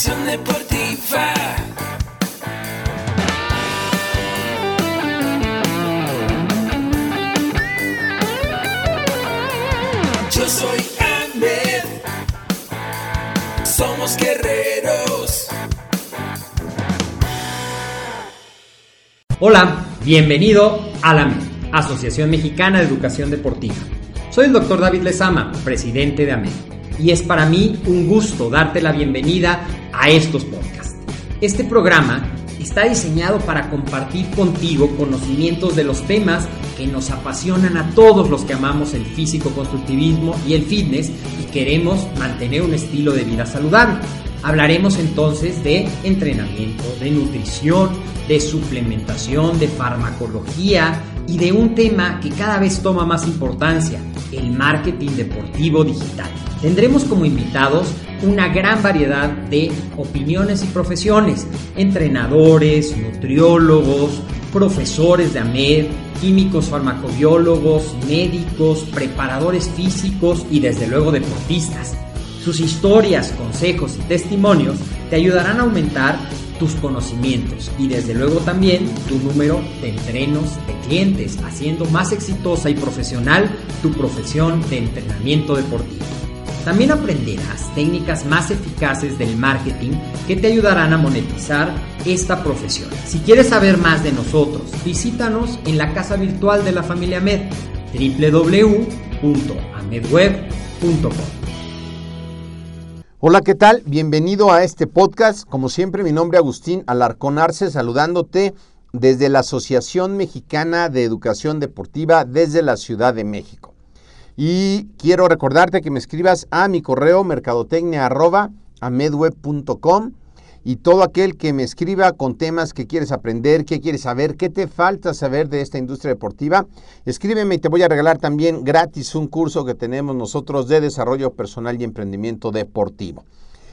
Educación deportiva. Yo soy Ahmed. Somos guerreros. Hola, bienvenido a la AMED, Asociación Mexicana de Educación Deportiva. Soy el Dr. David Lezama, presidente de AMED, y es para mí un gusto darte la bienvenida a estos podcasts. Este programa está diseñado para compartir contigo conocimientos de los temas que nos apasionan a todos los que amamos el físico-constructivismo y el fitness y queremos mantener un estilo de vida saludable. Hablaremos entonces de entrenamiento, de nutrición, de suplementación, de farmacología y de un tema que cada vez toma más importancia, el marketing deportivo digital. Tendremos como invitados una gran variedad de opiniones y profesiones, entrenadores, nutriólogos, profesores de AMED, químicos farmacobiólogos, médicos, preparadores físicos y desde luego deportistas. Sus historias, consejos y testimonios te ayudarán a aumentar tus conocimientos y desde luego también tu número de entrenos de clientes, haciendo más exitosa y profesional tu profesión de entrenamiento deportivo. También aprenderás técnicas más eficaces del marketing que te ayudarán a monetizar esta profesión. Si quieres saber más de nosotros, visítanos en la casa virtual de la familia AMED, www.amedweb.com. Hola, ¿qué tal? Bienvenido a este podcast. Como siempre, mi nombre es Agustín Alarcón Arce, saludándote desde la Asociación Mexicana de Educación Deportiva desde la Ciudad de México. Y quiero recordarte que me escribas a mi correo mercadotecnia@amedweb.com y todo aquel que me escriba con temas que quieres aprender, que quieres saber, qué te falta saber de esta industria deportiva, escríbeme y te voy a regalar también gratis un curso que tenemos nosotros de desarrollo personal y emprendimiento deportivo.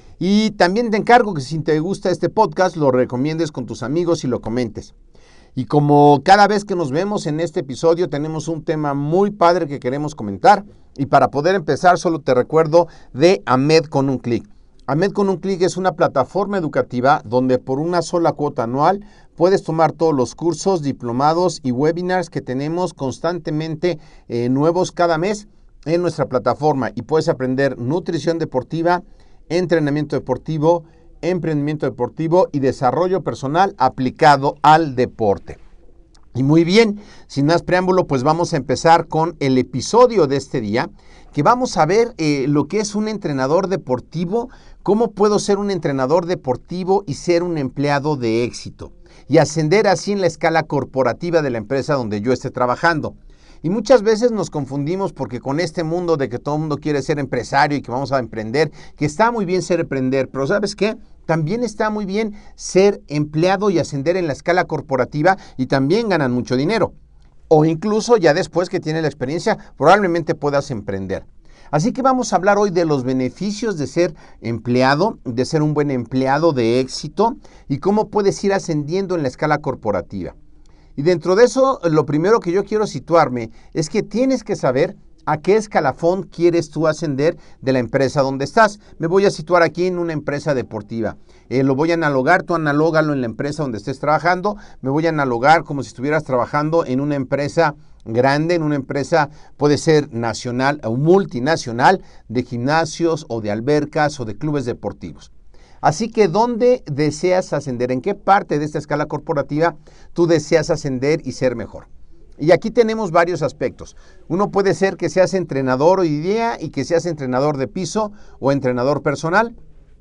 Y también te encargo que si te gusta este podcast, lo recomiendes con tus amigos y lo comentes. Y como cada vez que nos vemos en este episodio tenemos un tema muy padre que queremos comentar, y para poder empezar solo te recuerdo de AMED con un clic. AMED con un clic es una plataforma educativa donde por una sola cuota anual puedes tomar todos los cursos, diplomados y webinars que tenemos constantemente nuevos cada mes en nuestra plataforma, y puedes aprender nutrición deportiva, entrenamiento deportivo, emprendimiento deportivo y desarrollo personal aplicado al deporte. Y muy bien, sin más preámbulo, pues vamos a empezar con el episodio de este día, que vamos a ver lo que es un entrenador deportivo, cómo puedo ser un entrenador deportivo y ser un empleado de éxito, y ascender así en la escala corporativa de la empresa donde yo esté trabajando. Y muchas veces nos confundimos porque con este mundo de que todo el mundo quiere ser empresario y que vamos a emprender, que está muy bien ser emprender, pero ¿sabes qué? También está muy bien ser empleado y ascender en la escala corporativa, y también ganan mucho dinero. O incluso ya después que tienes la experiencia, probablemente puedas emprender. Así que vamos a hablar hoy de los beneficios de ser empleado, de ser un buen empleado de éxito y cómo puedes ir ascendiendo en la escala corporativa. Y dentro de eso, lo primero que yo quiero situarme es que tienes que saber a qué escalafón quieres tú ascender de la empresa donde estás. Me voy a situar aquí en una empresa deportiva. Lo voy a analogar, tú analógalo en la empresa donde estés trabajando. Me voy a analogar como si estuvieras trabajando en una empresa grande, en una empresa puede ser nacional o multinacional, de gimnasios o de albercas o de clubes deportivos. Así que, ¿dónde deseas ascender? ¿En qué parte de esta escala corporativa tú deseas ascender y ser mejor? Y aquí tenemos varios aspectos. Uno puede ser que seas entrenador hoy día y que seas entrenador de piso o entrenador personal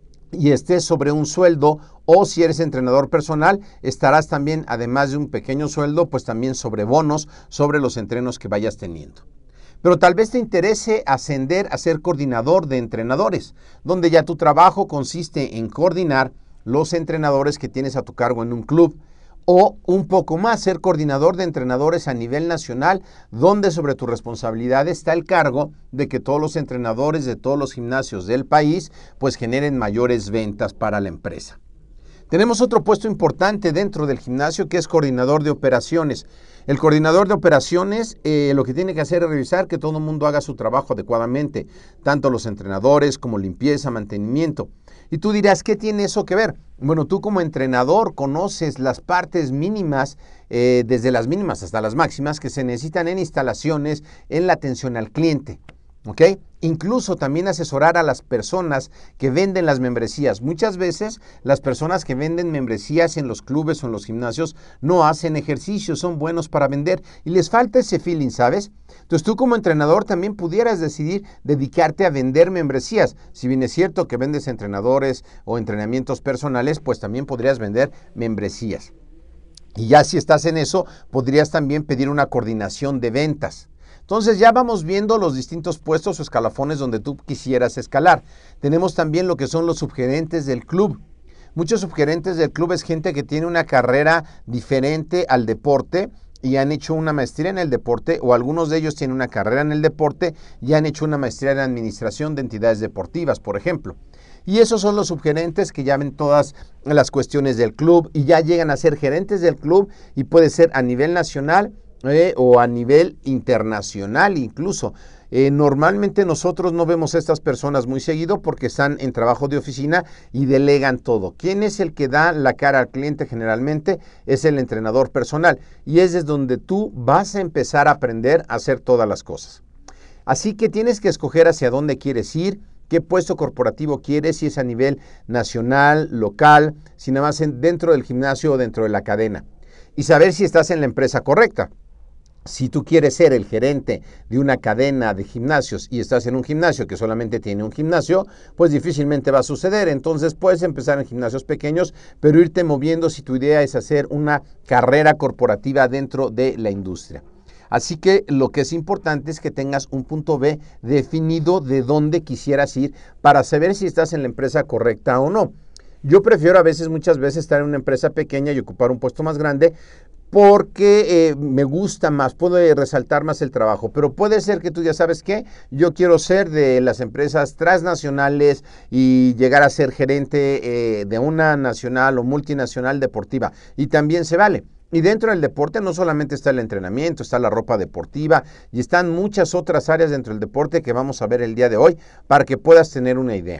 y estés sobre un sueldo, o si eres entrenador personal, estarás también, además de un pequeño sueldo, pues también sobre bonos, sobre los entrenos que vayas teniendo. Pero tal vez te interese ascender a ser coordinador de entrenadores, donde ya tu trabajo consiste en coordinar los entrenadores que tienes a tu cargo en un club, o un poco más, ser coordinador de entrenadores a nivel nacional, donde sobre tu responsabilidad está el cargo de que todos los entrenadores de todos los gimnasios del país pues generen mayores ventas para la empresa. Tenemos otro puesto importante dentro del gimnasio, que es coordinador de operaciones. El coordinador de operaciones lo que tiene que hacer es revisar que todo el mundo haga su trabajo adecuadamente, tanto los entrenadores como limpieza, mantenimiento. Y tú dirás, ¿qué tiene eso que ver? Bueno, tú como entrenador conoces las partes mínimas, desde las mínimas hasta las máximas, que se necesitan en instalaciones, en la atención al cliente. ¿Ok? Incluso también asesorar a las personas que venden las membresías. Muchas veces las personas que venden membresías en los clubes o en los gimnasios no hacen ejercicio, son buenos para vender y les falta ese feeling, ¿sabes? Entonces tú como entrenador también pudieras decidir dedicarte a vender membresías. Si bien es cierto que vendes entrenadores o entrenamientos personales, pues también podrías vender membresías. Y ya si estás en eso, podrías también pedir una coordinación de ventas. Entonces ya vamos viendo los distintos puestos o escalafones donde tú quisieras escalar. Tenemos también lo que son los subgerentes del club. Muchos subgerentes del club es gente que tiene una carrera diferente al deporte y han hecho una maestría en el deporte, o algunos de ellos tienen una carrera en el deporte y han hecho una maestría en administración de entidades deportivas, por ejemplo. Y esos son los subgerentes que ya ven todas las cuestiones del club y ya llegan a ser gerentes del club, y puede ser a nivel nacional o a nivel internacional incluso. Normalmente nosotros no vemos a estas personas muy seguido porque están en trabajo de oficina y delegan todo. ¿Quién es el que da la cara al cliente generalmente? Es el entrenador personal, y es desde donde tú vas a empezar a aprender a hacer todas las cosas. Así que tienes que escoger hacia dónde quieres ir, qué puesto corporativo quieres, si es a nivel nacional, local, si nada más dentro del gimnasio o dentro de la cadena, y saber si estás en la empresa correcta. Si tú quieres ser el gerente de una cadena de gimnasios y estás en un gimnasio que solamente tiene un gimnasio, pues difícilmente va a suceder. Entonces puedes empezar en gimnasios pequeños, pero irte moviendo si tu idea es hacer una carrera corporativa dentro de la industria. Así que lo que es importante es que tengas un punto B definido de dónde quisieras ir para saber si estás en la empresa correcta o no. Yo prefiero muchas veces estar en una empresa pequeña y ocupar un puesto más grande, porque me gusta más, puedo resaltar más el trabajo, pero puede ser que tú ya sabes que yo quiero ser de las empresas transnacionales y llegar a ser gerente de una nacional o multinacional deportiva, y también se vale. Y dentro del deporte no solamente está el entrenamiento, está la ropa deportiva y están muchas otras áreas dentro del deporte que vamos a ver el día de hoy para que puedas tener una idea.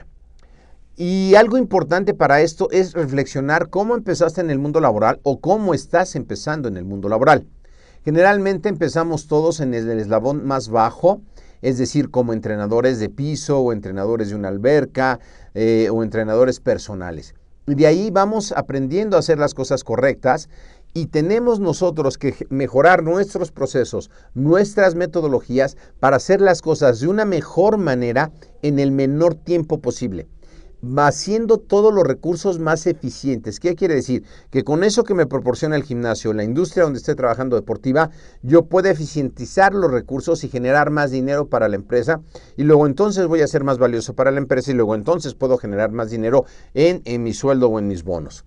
Y algo importante para esto es reflexionar cómo empezaste en el mundo laboral o cómo estás empezando en el mundo laboral. Generalmente empezamos todos en el eslabón más bajo, es decir, como entrenadores de piso o entrenadores de una alberca o entrenadores personales. Y de ahí vamos aprendiendo a hacer las cosas correctas, y tenemos nosotros que mejorar nuestros procesos, nuestras metodologías para hacer las cosas de una mejor manera en el menor tiempo posible, haciendo todos los recursos más eficientes. ¿Qué quiere decir? Que con eso que me proporciona el gimnasio, la industria donde esté trabajando deportiva, yo puedo eficientizar los recursos y generar más dinero para la empresa, y luego entonces voy a ser más valioso para la empresa, y luego entonces puedo generar más dinero en mi sueldo o en mis bonos.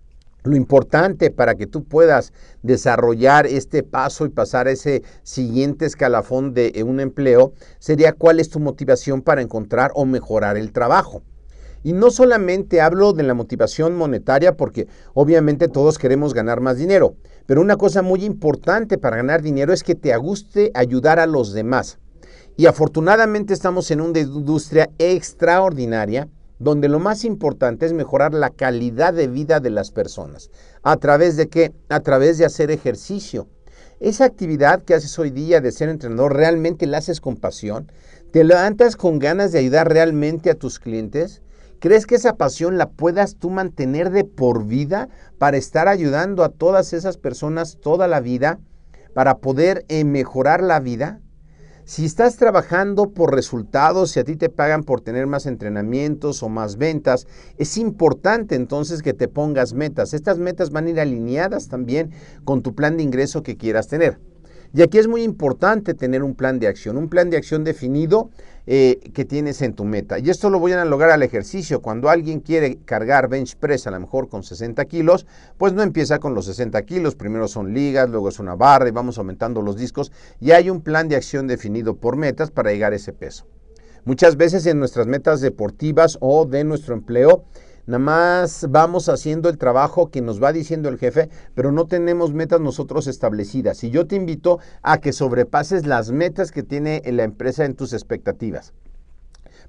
Lo importante para que tú puedas desarrollar este paso y pasar ese siguiente escalafón de un empleo sería cuál es tu motivación para encontrar o mejorar el trabajo. Y no solamente hablo de la motivación monetaria, porque obviamente todos queremos ganar más dinero, pero una cosa muy importante para ganar dinero es que te guste ayudar a los demás. Y afortunadamente estamos en una industria extraordinaria, donde lo más importante es mejorar la calidad de vida de las personas. ¿A través de qué? A través de hacer ejercicio. Esa actividad que haces hoy día de ser entrenador, ¿realmente la haces con pasión? ¿Te levantas con ganas de ayudar realmente a tus clientes? ¿Crees que esa pasión la puedas tú mantener de por vida para estar ayudando a todas esas personas toda la vida, para poder mejorar la vida? Si estás trabajando por resultados, si a ti te pagan por tener más entrenamientos o más ventas, es importante entonces que te pongas metas. Estas metas van a ir alineadas también con tu plan de ingreso que quieras tener. Y aquí es muy importante tener un plan de acción definido que tienes en tu meta. Y esto lo voy a lograr al ejercicio. Cuando alguien quiere cargar bench press a lo mejor con 60 kilos, pues no empieza con los 60 kilos. Primero son ligas, luego es una barra y vamos aumentando los discos. Y hay un plan de acción definido por metas para llegar a ese peso. Muchas veces en nuestras metas deportivas o de nuestro empleo, nada más vamos haciendo el trabajo que nos va diciendo el jefe, pero no tenemos metas nosotros establecidas. Y yo te invito a que sobrepases las metas que tiene la empresa en tus expectativas.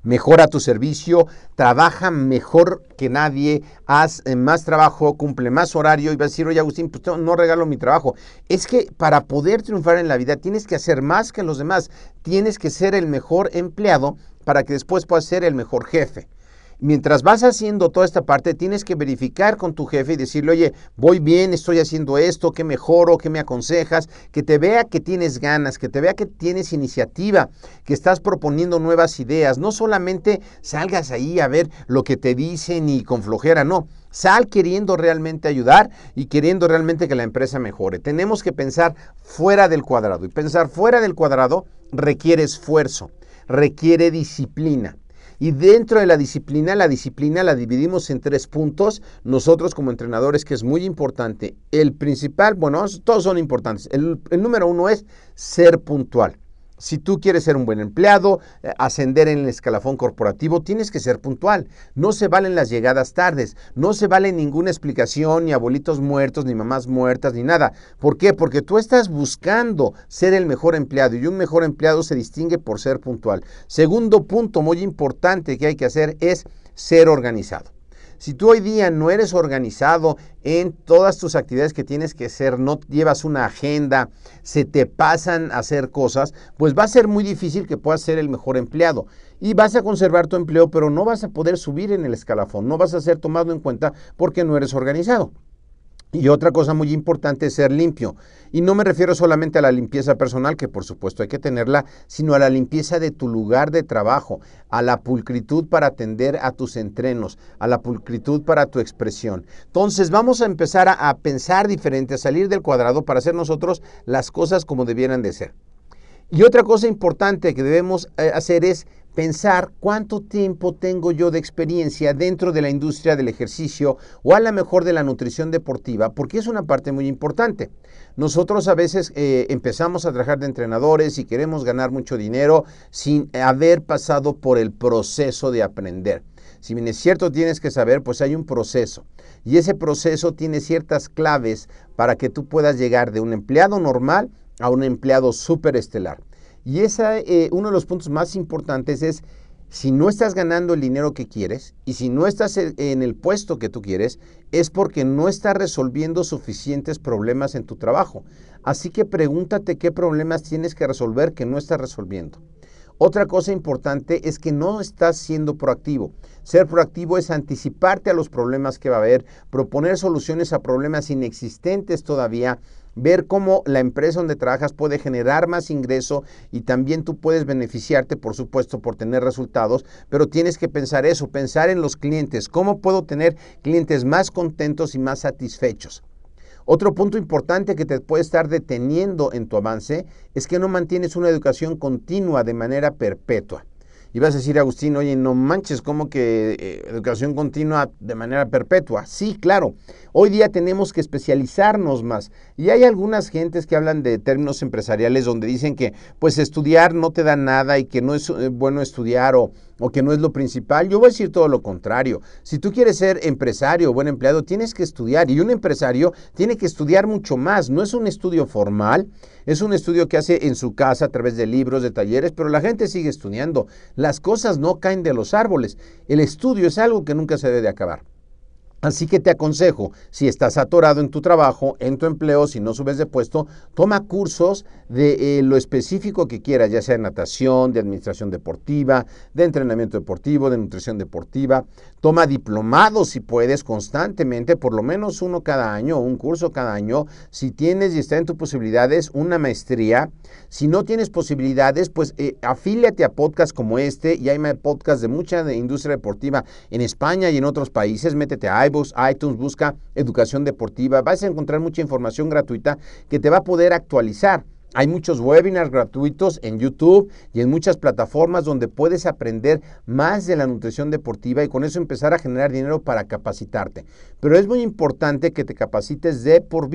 Mejora tu servicio, trabaja mejor que nadie, haz más trabajo, cumple más horario y vas a decir, oye Agustín, pues no regalo mi trabajo. Es que para poder triunfar en la vida tienes que hacer más que los demás, tienes que ser el mejor empleado para que después puedas ser el mejor jefe. Mientras vas haciendo toda esta parte, tienes que verificar con tu jefe y decirle, oye, voy bien, estoy haciendo esto, ¿qué mejoro? ¿Qué me aconsejas? Que te vea que tienes ganas, que te vea que tienes iniciativa, que estás proponiendo nuevas ideas. No solamente salgas ahí a ver lo que te dicen y con flojera, no. Sal queriendo realmente ayudar y queriendo realmente que la empresa mejore. Tenemos que pensar fuera del cuadrado. Y pensar fuera del cuadrado requiere esfuerzo, requiere disciplina. Y dentro de la disciplina la dividimos en 3 puntos. Nosotros como entrenadores, que es muy importante. El principal, bueno, todos son importantes. El número 1 es ser puntual. Si tú quieres ser un buen empleado, ascender en el escalafón corporativo, tienes que ser puntual. No se valen las llegadas tardes, no se vale ninguna explicación, ni abuelitos muertos, ni mamás muertas, ni nada. ¿Por qué? Porque tú estás buscando ser el mejor empleado y un mejor empleado se distingue por ser puntual. Segundo punto muy importante que hay que hacer es ser organizado. Si tú hoy día no eres organizado en todas tus actividades que tienes que hacer, no llevas una agenda, se te pasan a hacer cosas, pues va a ser muy difícil que puedas ser el mejor empleado. Y vas a conservar tu empleo, pero no vas a poder subir en el escalafón, no vas a ser tomado en cuenta porque no eres organizado. Y otra cosa muy importante es ser limpio. Y no me refiero solamente a la limpieza personal, que por supuesto hay que tenerla, sino a la limpieza de tu lugar de trabajo, a la pulcritud para atender a tus entrenos, a la pulcritud para tu expresión. Entonces vamos a empezar a pensar diferente, a salir del cuadrado para hacer nosotros las cosas como debieran de ser. Y otra cosa importante que debemos hacer es pensar cuánto tiempo tengo yo de experiencia dentro de la industria del ejercicio o a lo mejor de la nutrición deportiva, porque es una parte muy importante. Nosotros a veces empezamos a trabajar de entrenadores y queremos ganar mucho dinero sin haber pasado por el proceso de aprender. Si bien es cierto, tienes que saber, pues hay un proceso. Y ese proceso tiene ciertas claves para que tú puedas llegar de un empleado normal a un empleado superestelar. Y uno de los puntos más importantes es, si no estás ganando el dinero que quieres y si no estás en el puesto que tú quieres, es porque no estás resolviendo suficientes problemas en tu trabajo. Así que pregúntate qué problemas tienes que resolver que no estás resolviendo. Otra cosa importante es que no estás siendo proactivo. Ser proactivo es anticiparte a los problemas que va a haber, proponer soluciones a problemas inexistentes todavía, ver cómo la empresa donde trabajas puede generar más ingreso y también tú puedes beneficiarte, por supuesto, por tener resultados, pero tienes que pensar eso, pensar en los clientes, cómo puedo tener clientes más contentos y más satisfechos. Otro punto importante que te puede estar deteniendo en tu avance es que no mantienes una educación continua de manera perpetua. Y vas a decir, Agustín, oye, no manches, ¿cómo que educación continua de manera perpetua? Sí, claro. Hoy día tenemos que especializarnos más. Y hay algunas gentes que hablan de términos empresariales donde dicen que pues estudiar no te da nada y que no es bueno estudiar o que no es lo principal. Yo voy a decir todo lo contrario. Si tú quieres ser empresario o buen empleado, tienes que estudiar. Y un empresario tiene que estudiar mucho más. No es un estudio formal, es un estudio que hace en su casa a través de libros, de talleres, pero la gente sigue estudiando. Las cosas no caen de los árboles. El estudio es algo que nunca se debe de acabar. Así que te aconsejo, si estás atorado en tu trabajo, en tu empleo, si no subes de puesto, toma cursos de lo específico que quieras, ya sea de natación, de administración deportiva, de entrenamiento deportivo, de nutrición deportiva. Toma diplomados si puedes constantemente, por lo menos uno cada año, un curso cada año. Si tienes y está en tus posibilidades, una maestría. Si no tienes posibilidades, pues afíliate a podcasts como este, y hay podcasts de mucha industria deportiva en España y en otros países. Métete a iTunes, busca educación deportiva, vas a encontrar mucha información gratuita que te va a poder actualizar. Hay muchos webinars gratuitos en YouTube y en muchas plataformas donde puedes aprender más de la nutrición deportiva y con eso empezar a generar dinero para capacitarte. Pero es muy importante que te capacites de por vida.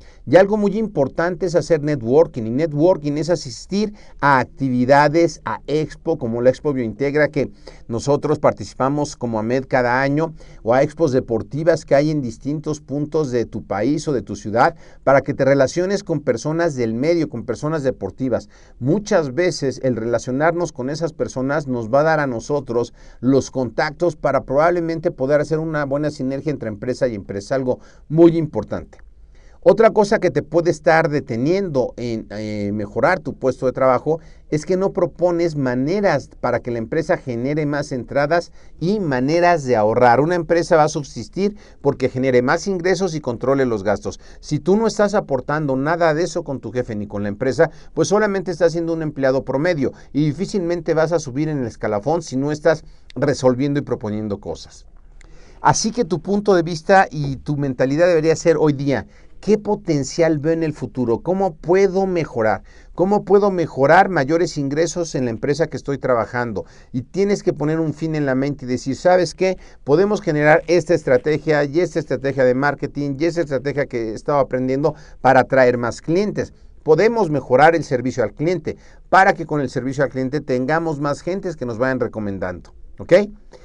Y algo muy importante es hacer networking, y networking es asistir a actividades, a expo, como la Expo Biointegra, que nosotros participamos como AMED cada año, o a expos deportivas que hay en distintos puntos de tu país o de tu ciudad, para que te relaciones con personas del medio, con personas deportivas. Muchas veces el relacionarnos con esas personas nos va a dar a nosotros los contactos para probablemente poder hacer una buena sinergia entre empresa y empresa, algo muy importante. Otra cosa que te puede estar deteniendo en mejorar tu puesto de trabajo es que no propones maneras para que la empresa genere más entradas y maneras de ahorrar. Una empresa va a subsistir porque genere más ingresos y controle los gastos. Si tú no estás aportando nada de eso con tu jefe ni con la empresa, pues solamente estás siendo un empleado promedio y difícilmente vas a subir en el escalafón si no estás resolviendo y proponiendo cosas. Así que tu punto de vista y tu mentalidad debería ser hoy día: ¿qué potencial veo en el futuro? ¿Cómo puedo mejorar? ¿Cómo puedo mejorar mayores ingresos en la empresa que estoy trabajando? Y tienes que poner un fin en la mente y decir, ¿sabes qué? Podemos generar esta estrategia y esta estrategia de marketing y esta estrategia que he estado aprendiendo para atraer más clientes. Podemos mejorar el servicio al cliente para que con el servicio al cliente tengamos más gentes que nos vayan recomendando, ¿ok?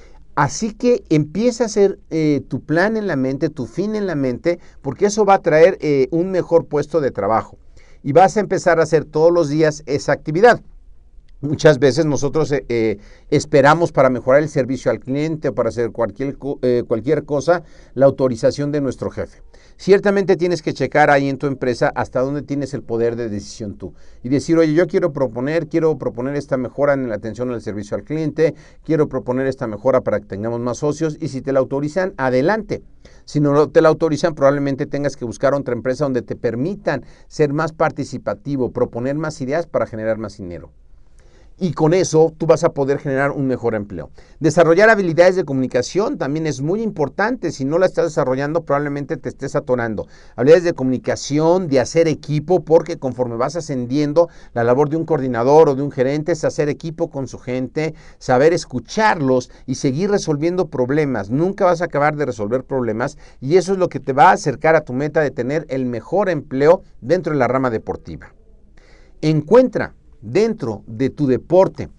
Así que empieza a hacer tu plan en la mente, tu fin en la mente, porque eso va a traer un mejor puesto de trabajo. Y vas a empezar a hacer todos los días esa actividad. Muchas veces nosotros esperamos para mejorar el servicio al cliente o para hacer cualquier cosa la autorización de nuestro jefe. Ciertamente tienes que checar ahí en tu empresa hasta dónde tienes el poder de decisión tú y decir, oye, yo quiero proponer esta mejora en la atención al servicio al cliente, quiero proponer esta mejora para que tengamos más socios, y si te la autorizan, adelante. Si no te la autorizan, probablemente tengas que buscar otra empresa donde te permitan ser más participativo, proponer más ideas para generar más dinero. Y con eso tú vas a poder generar un mejor empleo. Desarrollar habilidades de comunicación también es muy importante. Si no la estás desarrollando, probablemente te estés atorando. Habilidades de comunicación, de hacer equipo, porque conforme vas ascendiendo, la labor de un coordinador o de un gerente es hacer equipo con su gente, saber escucharlos y seguir resolviendo problemas. Nunca vas a acabar de resolver problemas, y eso es lo que te va a acercar a tu meta de tener el mejor empleo dentro de la rama deportiva. Encuentra dentro de tu deporte,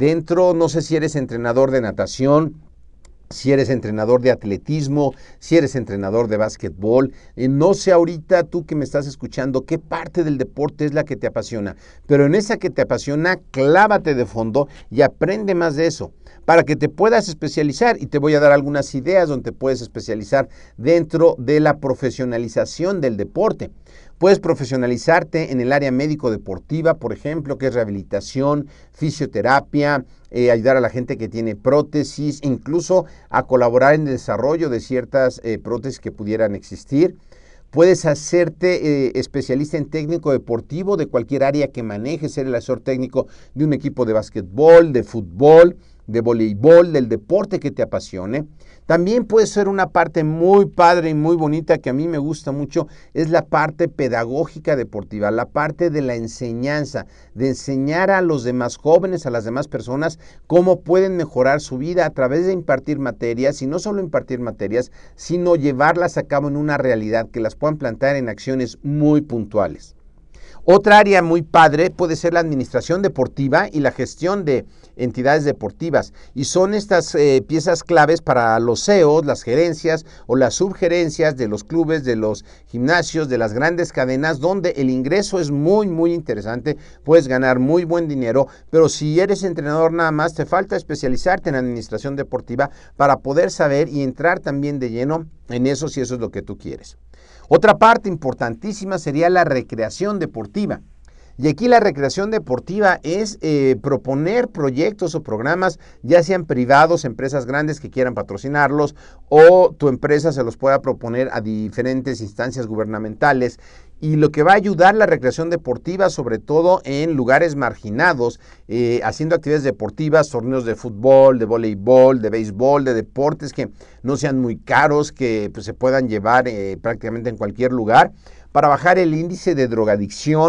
no sé si eres entrenador de natación, si eres entrenador de atletismo, si eres entrenador de básquetbol, no sé ahorita tú que me estás escuchando qué parte del deporte es la que te apasiona, pero en esa que te apasiona, clávate de fondo y aprende más de eso para que te puedas especializar, y te voy a dar algunas ideas donde te puedes especializar dentro de la profesionalización del deporte. Puedes profesionalizarte en el área médico-deportiva, por ejemplo, que es rehabilitación, fisioterapia, ayudar a la gente que tiene prótesis, incluso a colaborar en el desarrollo de ciertas prótesis que pudieran existir. Puedes hacerte especialista en técnico deportivo de cualquier área que manejes, ser el asesor técnico de un equipo de básquetbol, de fútbol, de voleibol, del deporte que te apasione. También puede ser una parte muy padre y muy bonita que a mí me gusta mucho, es la parte pedagógica deportiva, la parte de la enseñanza, de enseñar a los demás jóvenes, a las demás personas, cómo pueden mejorar su vida a través de impartir materias, y no solo impartir materias, sino llevarlas a cabo en una realidad, que las puedan plantar en acciones muy puntuales. Otra área muy padre puede ser la administración deportiva y la gestión de entidades deportivas, y son estas piezas claves para los CEOs, las gerencias o las subgerencias de los clubes, de los gimnasios, de las grandes cadenas, donde el ingreso es muy muy interesante, puedes ganar muy buen dinero, pero si eres entrenador nada más, te falta especializarte en administración deportiva para poder saber y entrar también de lleno en eso, si eso es lo que tú quieres. Otra parte importantísima sería la recreación deportiva. Y aquí la recreación deportiva es proponer proyectos o programas, ya sean privados, empresas grandes que quieran patrocinarlos, o tu empresa se los pueda proponer a diferentes instancias gubernamentales. Y lo que va a ayudar la recreación deportiva, sobre todo en lugares marginados, haciendo actividades deportivas, torneos de fútbol, de voleibol, de béisbol, de deportes que no sean muy caros, que pues, se puedan llevar prácticamente en cualquier lugar, para bajar el índice de drogadicción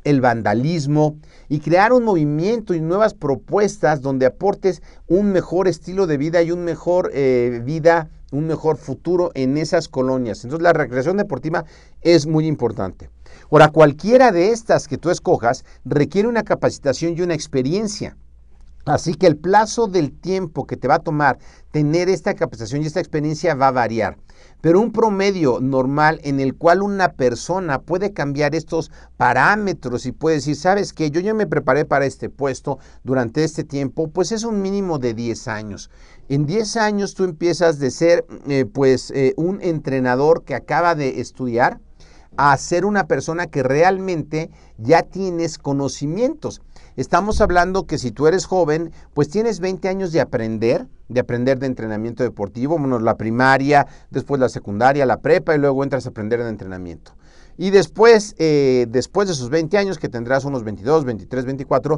el vandalismo y crear un movimiento y nuevas propuestas donde aportes un mejor estilo de vida y un mejor un mejor futuro en esas colonias. Entonces la recreación deportiva es muy importante. Ahora, cualquiera de estas que tú escojas requiere una capacitación y una experiencia. Así que el plazo del tiempo que te va a tomar tener esta capacitación y esta experiencia va a variar. Pero un promedio normal en el cual una persona puede cambiar estos parámetros y puede decir, ¿sabes qué? Yo ya me preparé para este puesto durante este tiempo, pues es un mínimo de 10 años. En 10 años tú empiezas de ser un entrenador que acaba de estudiar a ser una persona que realmente ya tienes conocimientos. Estamos hablando que si tú eres joven, pues tienes 20 años de aprender de entrenamiento deportivo, bueno, la primaria, después la secundaria, la prepa y luego entras a aprender de entrenamiento. Y después de esos 20 años, que tendrás unos 22, 23, 24,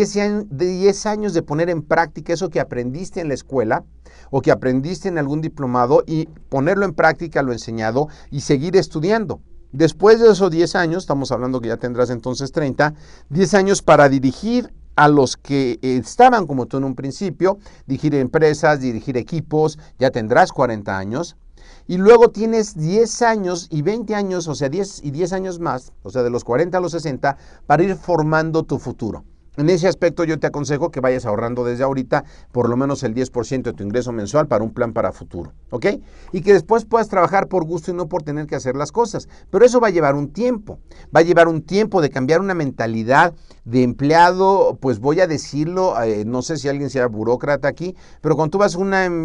10 años de poner en práctica eso que aprendiste en la escuela o que aprendiste en algún diplomado y ponerlo en práctica, lo enseñado y seguir estudiando. Después de esos 10 años, estamos hablando que ya tendrás entonces 30, 10 años para dirigir a los que estaban como tú en un principio, dirigir empresas, dirigir equipos, ya tendrás 40 años. Y luego tienes 10 años y 20 años, o sea, 10 y 10 años más, o sea, de los 40 a los 60, para ir formando tu futuro. En ese aspecto yo te aconsejo que vayas ahorrando desde ahorita por lo menos el 10% de tu ingreso mensual para un plan para futuro, ¿ok? Y que después puedas trabajar por gusto y no por tener que hacer las cosas. Pero eso va a llevar un tiempo. Va a llevar un tiempo de cambiar una mentalidad de empleado, pues voy a decirlo, no sé si alguien sea burócrata aquí, pero cuando tú vas a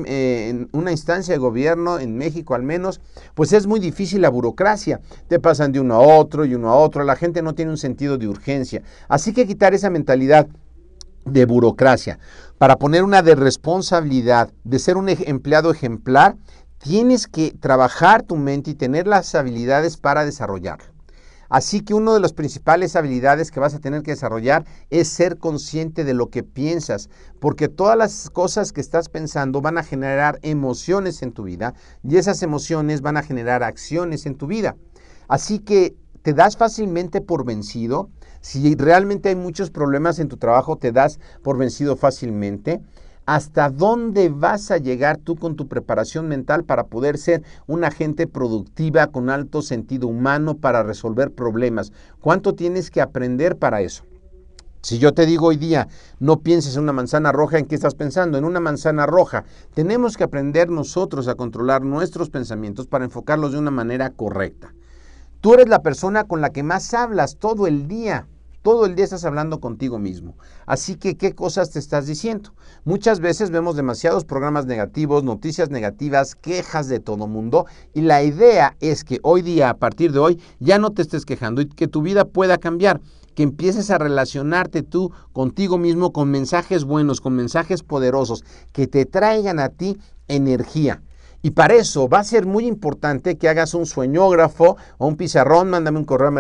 una instancia de gobierno, en México al menos, pues es muy difícil la burocracia. Te pasan de uno a otro y uno a otro. La gente no tiene un sentido de urgencia. Así que quitar esa mentalidad de burocracia, para poner una de responsabilidad, de ser un empleado ejemplar, tienes que trabajar tu mente y tener las habilidades para desarrollarlo. Así que una de las principales habilidades que vas a tener que desarrollar es ser consciente de lo que piensas, porque todas las cosas que estás pensando van a generar emociones en tu vida y esas emociones van a generar acciones en tu vida. Así que te das fácilmente por vencido. Si realmente hay muchos problemas en tu trabajo, te das por vencido fácilmente. ¿Hasta dónde vas a llegar tú con tu preparación mental para poder ser una agente productiva con alto sentido humano para resolver problemas? ¿Cuánto tienes que aprender para eso? Si yo te digo hoy día, no pienses en una manzana roja, ¿en qué estás pensando? En una manzana roja. Tenemos que aprender nosotros a controlar nuestros pensamientos para enfocarlos de una manera correcta. Tú eres la persona con la que más hablas todo el día. Todo el día estás hablando contigo mismo. Así que, ¿qué cosas te estás diciendo? Muchas veces vemos demasiados programas negativos, noticias negativas, quejas de todo mundo. Y la idea es que hoy día, a partir de hoy, ya no te estés quejando y que tu vida pueda cambiar. Que empieces a relacionarte tú contigo mismo con mensajes buenos, con mensajes poderosos, que te traigan a ti energía. Y para eso va a ser muy importante que hagas un sueñógrafo o un pizarrón. Mándame un correo a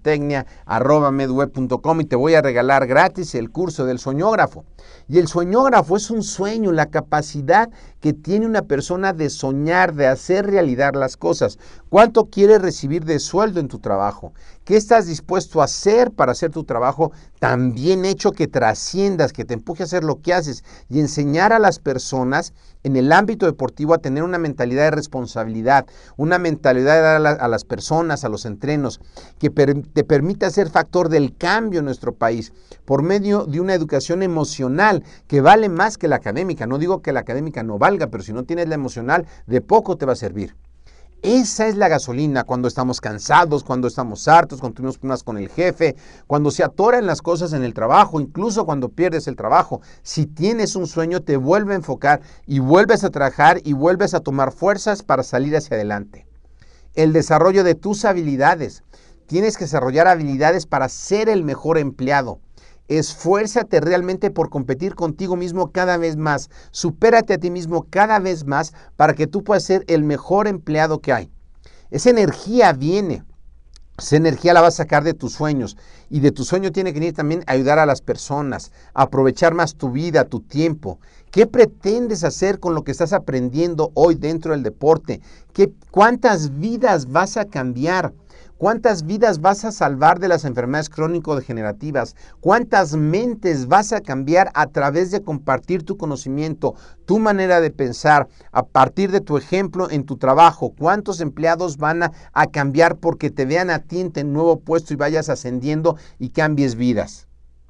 mercadotecnia@medweb.com y te voy a regalar gratis el curso del sueñógrafo. Y el sueñógrafo es un sueño, la capacidad que tiene una persona de soñar, de hacer realidad las cosas. ¿Cuánto quieres recibir de sueldo en tu trabajo? ¿Qué estás dispuesto a hacer para hacer tu trabajo tan bien hecho que trasciendas, que te empuje a hacer lo que haces y enseñar a las personas en el ámbito deportivo a tener una mentalidad de responsabilidad, una mentalidad de dar a las personas, a los entrenos, que te permita ser factor del cambio en nuestro país por medio de una educación emocional que vale más que la académica? No digo que la académica no valga, pero si no tienes la emocional, de poco te va a servir. Esa es la gasolina cuando estamos cansados, cuando estamos hartos, cuando tenemos problemas con el jefe, cuando se atoran las cosas en el trabajo, incluso cuando pierdes el trabajo. Si tienes un sueño, te vuelve a enfocar y vuelves a trabajar y vuelves a tomar fuerzas para salir hacia adelante. El desarrollo de tus habilidades. Tienes que desarrollar habilidades para ser el mejor empleado. Esfuérzate realmente por competir contigo mismo cada vez más. Supérate a ti mismo cada vez más para que tú puedas ser el mejor empleado que hay. Esa energía viene. Esa energía la vas a sacar de tus sueños. Y de tu sueño tiene que venir también a ayudar a las personas, a aprovechar más tu vida, tu tiempo. ¿Qué pretendes hacer con lo que estás aprendiendo hoy dentro del deporte? ¿Cuántas vidas vas a cambiar? ¿Cuántas vidas vas a salvar de las enfermedades crónico-degenerativas? ¿Cuántas mentes vas a cambiar a través de compartir tu conocimiento, tu manera de pensar, a partir de tu ejemplo en tu trabajo? ¿Cuántos empleados van a cambiar porque te vean a ti en tu nuevo puesto y vayas ascendiendo y cambies vidas?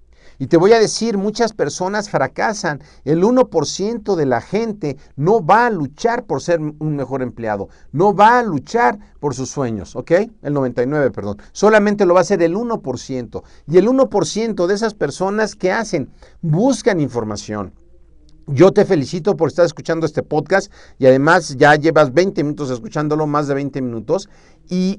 Y te voy a decir, muchas personas fracasan. El 1% de la gente no va a luchar por ser un mejor empleado. No va a luchar por sus sueños, ¿ok? El 99%, perdón. Solamente lo va a hacer el 1%. Y el 1% de esas personas, ¿qué hacen? Buscan información. Yo te felicito por estar escuchando este podcast y además ya llevas 20 minutos escuchándolo, más de 20 minutos, y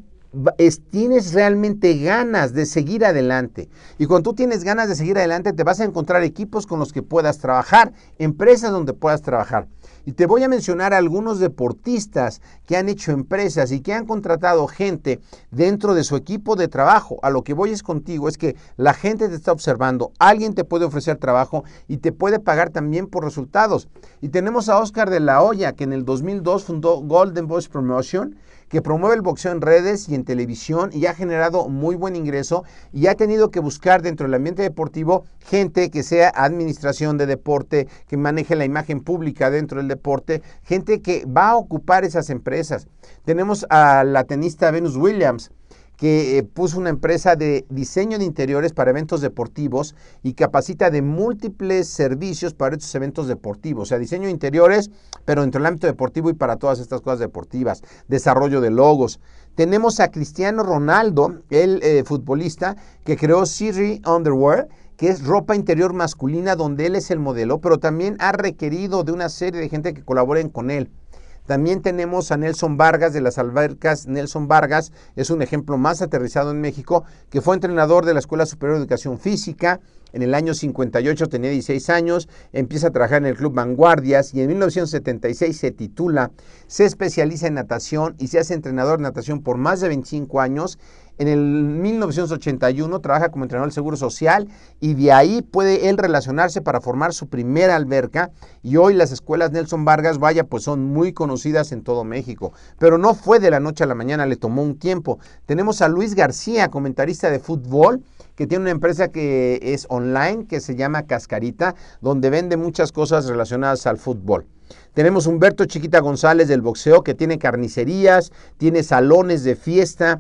tienes realmente ganas de seguir adelante. Y cuando tú tienes ganas de seguir adelante, te vas a encontrar equipos con los que puedas trabajar, empresas donde puedas trabajar. Y te voy a mencionar a algunos deportistas que han hecho empresas y que han contratado gente dentro de su equipo de trabajo. A lo que voy es contigo, es que la gente te está observando, alguien te puede ofrecer trabajo y te puede pagar también por resultados. Y tenemos a Oscar de la Hoya, que en el 2002 fundó Golden Voice Promotion, que promueve el boxeo en redes y en televisión y ha generado muy buen ingreso y ha tenido que buscar dentro del ambiente deportivo gente que sea administración de deporte, que maneje la imagen pública dentro del deporte, gente que va a ocupar esas empresas. Tenemos a la tenista Venus Williams, que puso una empresa de diseño de interiores para eventos deportivos y capacita de múltiples servicios para estos eventos deportivos. O sea, diseño de interiores, pero dentro del ámbito deportivo y para todas estas cosas deportivas. Desarrollo de logos. Tenemos a Cristiano Ronaldo, el futbolista, que creó Siri Underwear, que es ropa interior masculina donde él es el modelo, pero también ha requerido de una serie de gente que colaboren con él. También tenemos a Nelson Vargas de las albercas. Nelson Vargas es un ejemplo más aterrizado en México, que fue entrenador de la Escuela Superior de Educación Física. En el año 58 tenía 16 años, empieza a trabajar en el Club Vanguardias y en 1976 se titula, se especializa en natación y se hace entrenador de natación por más de 25 años. En el 1981 trabaja como entrenador del Seguro Social y de ahí puede él relacionarse para formar su primera alberca, y hoy las escuelas Nelson Vargas, vaya, pues son muy conocidas en todo México, pero no fue de la noche a la mañana, le tomó un tiempo. Tenemos a Luis García, comentarista de fútbol, que tiene una empresa que es online, que se llama Cascarita, donde vende muchas cosas relacionadas al fútbol. Tenemos a Humberto Chiquita González del boxeo, que tiene carnicerías, tiene salones de fiesta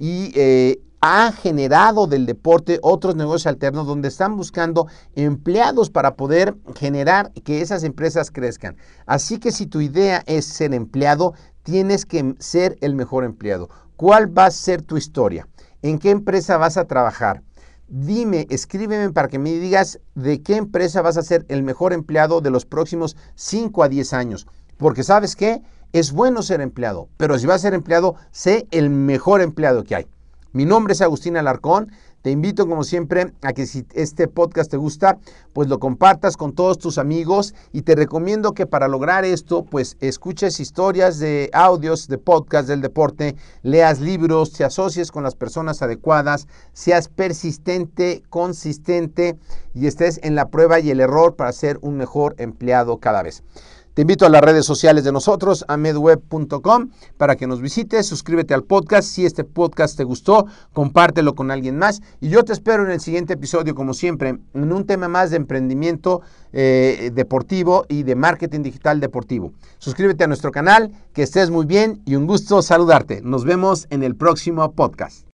y ha generado del deporte otros negocios alternos donde están buscando empleados para poder generar que esas empresas crezcan. Así que si tu idea es ser empleado, tienes que ser el mejor empleado. ¿Cuál va a ser tu historia? ¿En qué empresa vas a trabajar? Dime, escríbeme para que me digas de qué empresa vas a ser el mejor empleado de los próximos 5 a 10 años. Porque ¿sabes qué? Es bueno ser empleado, pero si vas a ser empleado, sé el mejor empleado que hay. Mi nombre es Agustín Alarcón. Te invito, como siempre, a que si este podcast te gusta, pues lo compartas con todos tus amigos, y te recomiendo que para lograr esto, pues escuches historias de audios, de podcast del deporte, leas libros, te asocies con las personas adecuadas, seas persistente, consistente y estés en la prueba y el error para ser un mejor empleado cada vez. Te invito a las redes sociales de nosotros, amedweb.com, para que nos visites, suscríbete al podcast. Si este podcast te gustó, compártelo con alguien más. Y yo te espero en el siguiente episodio, como siempre, en un tema más de emprendimiento deportivo y de marketing digital deportivo. Suscríbete a nuestro canal, que estés muy bien y un gusto saludarte. Nos vemos en el próximo podcast.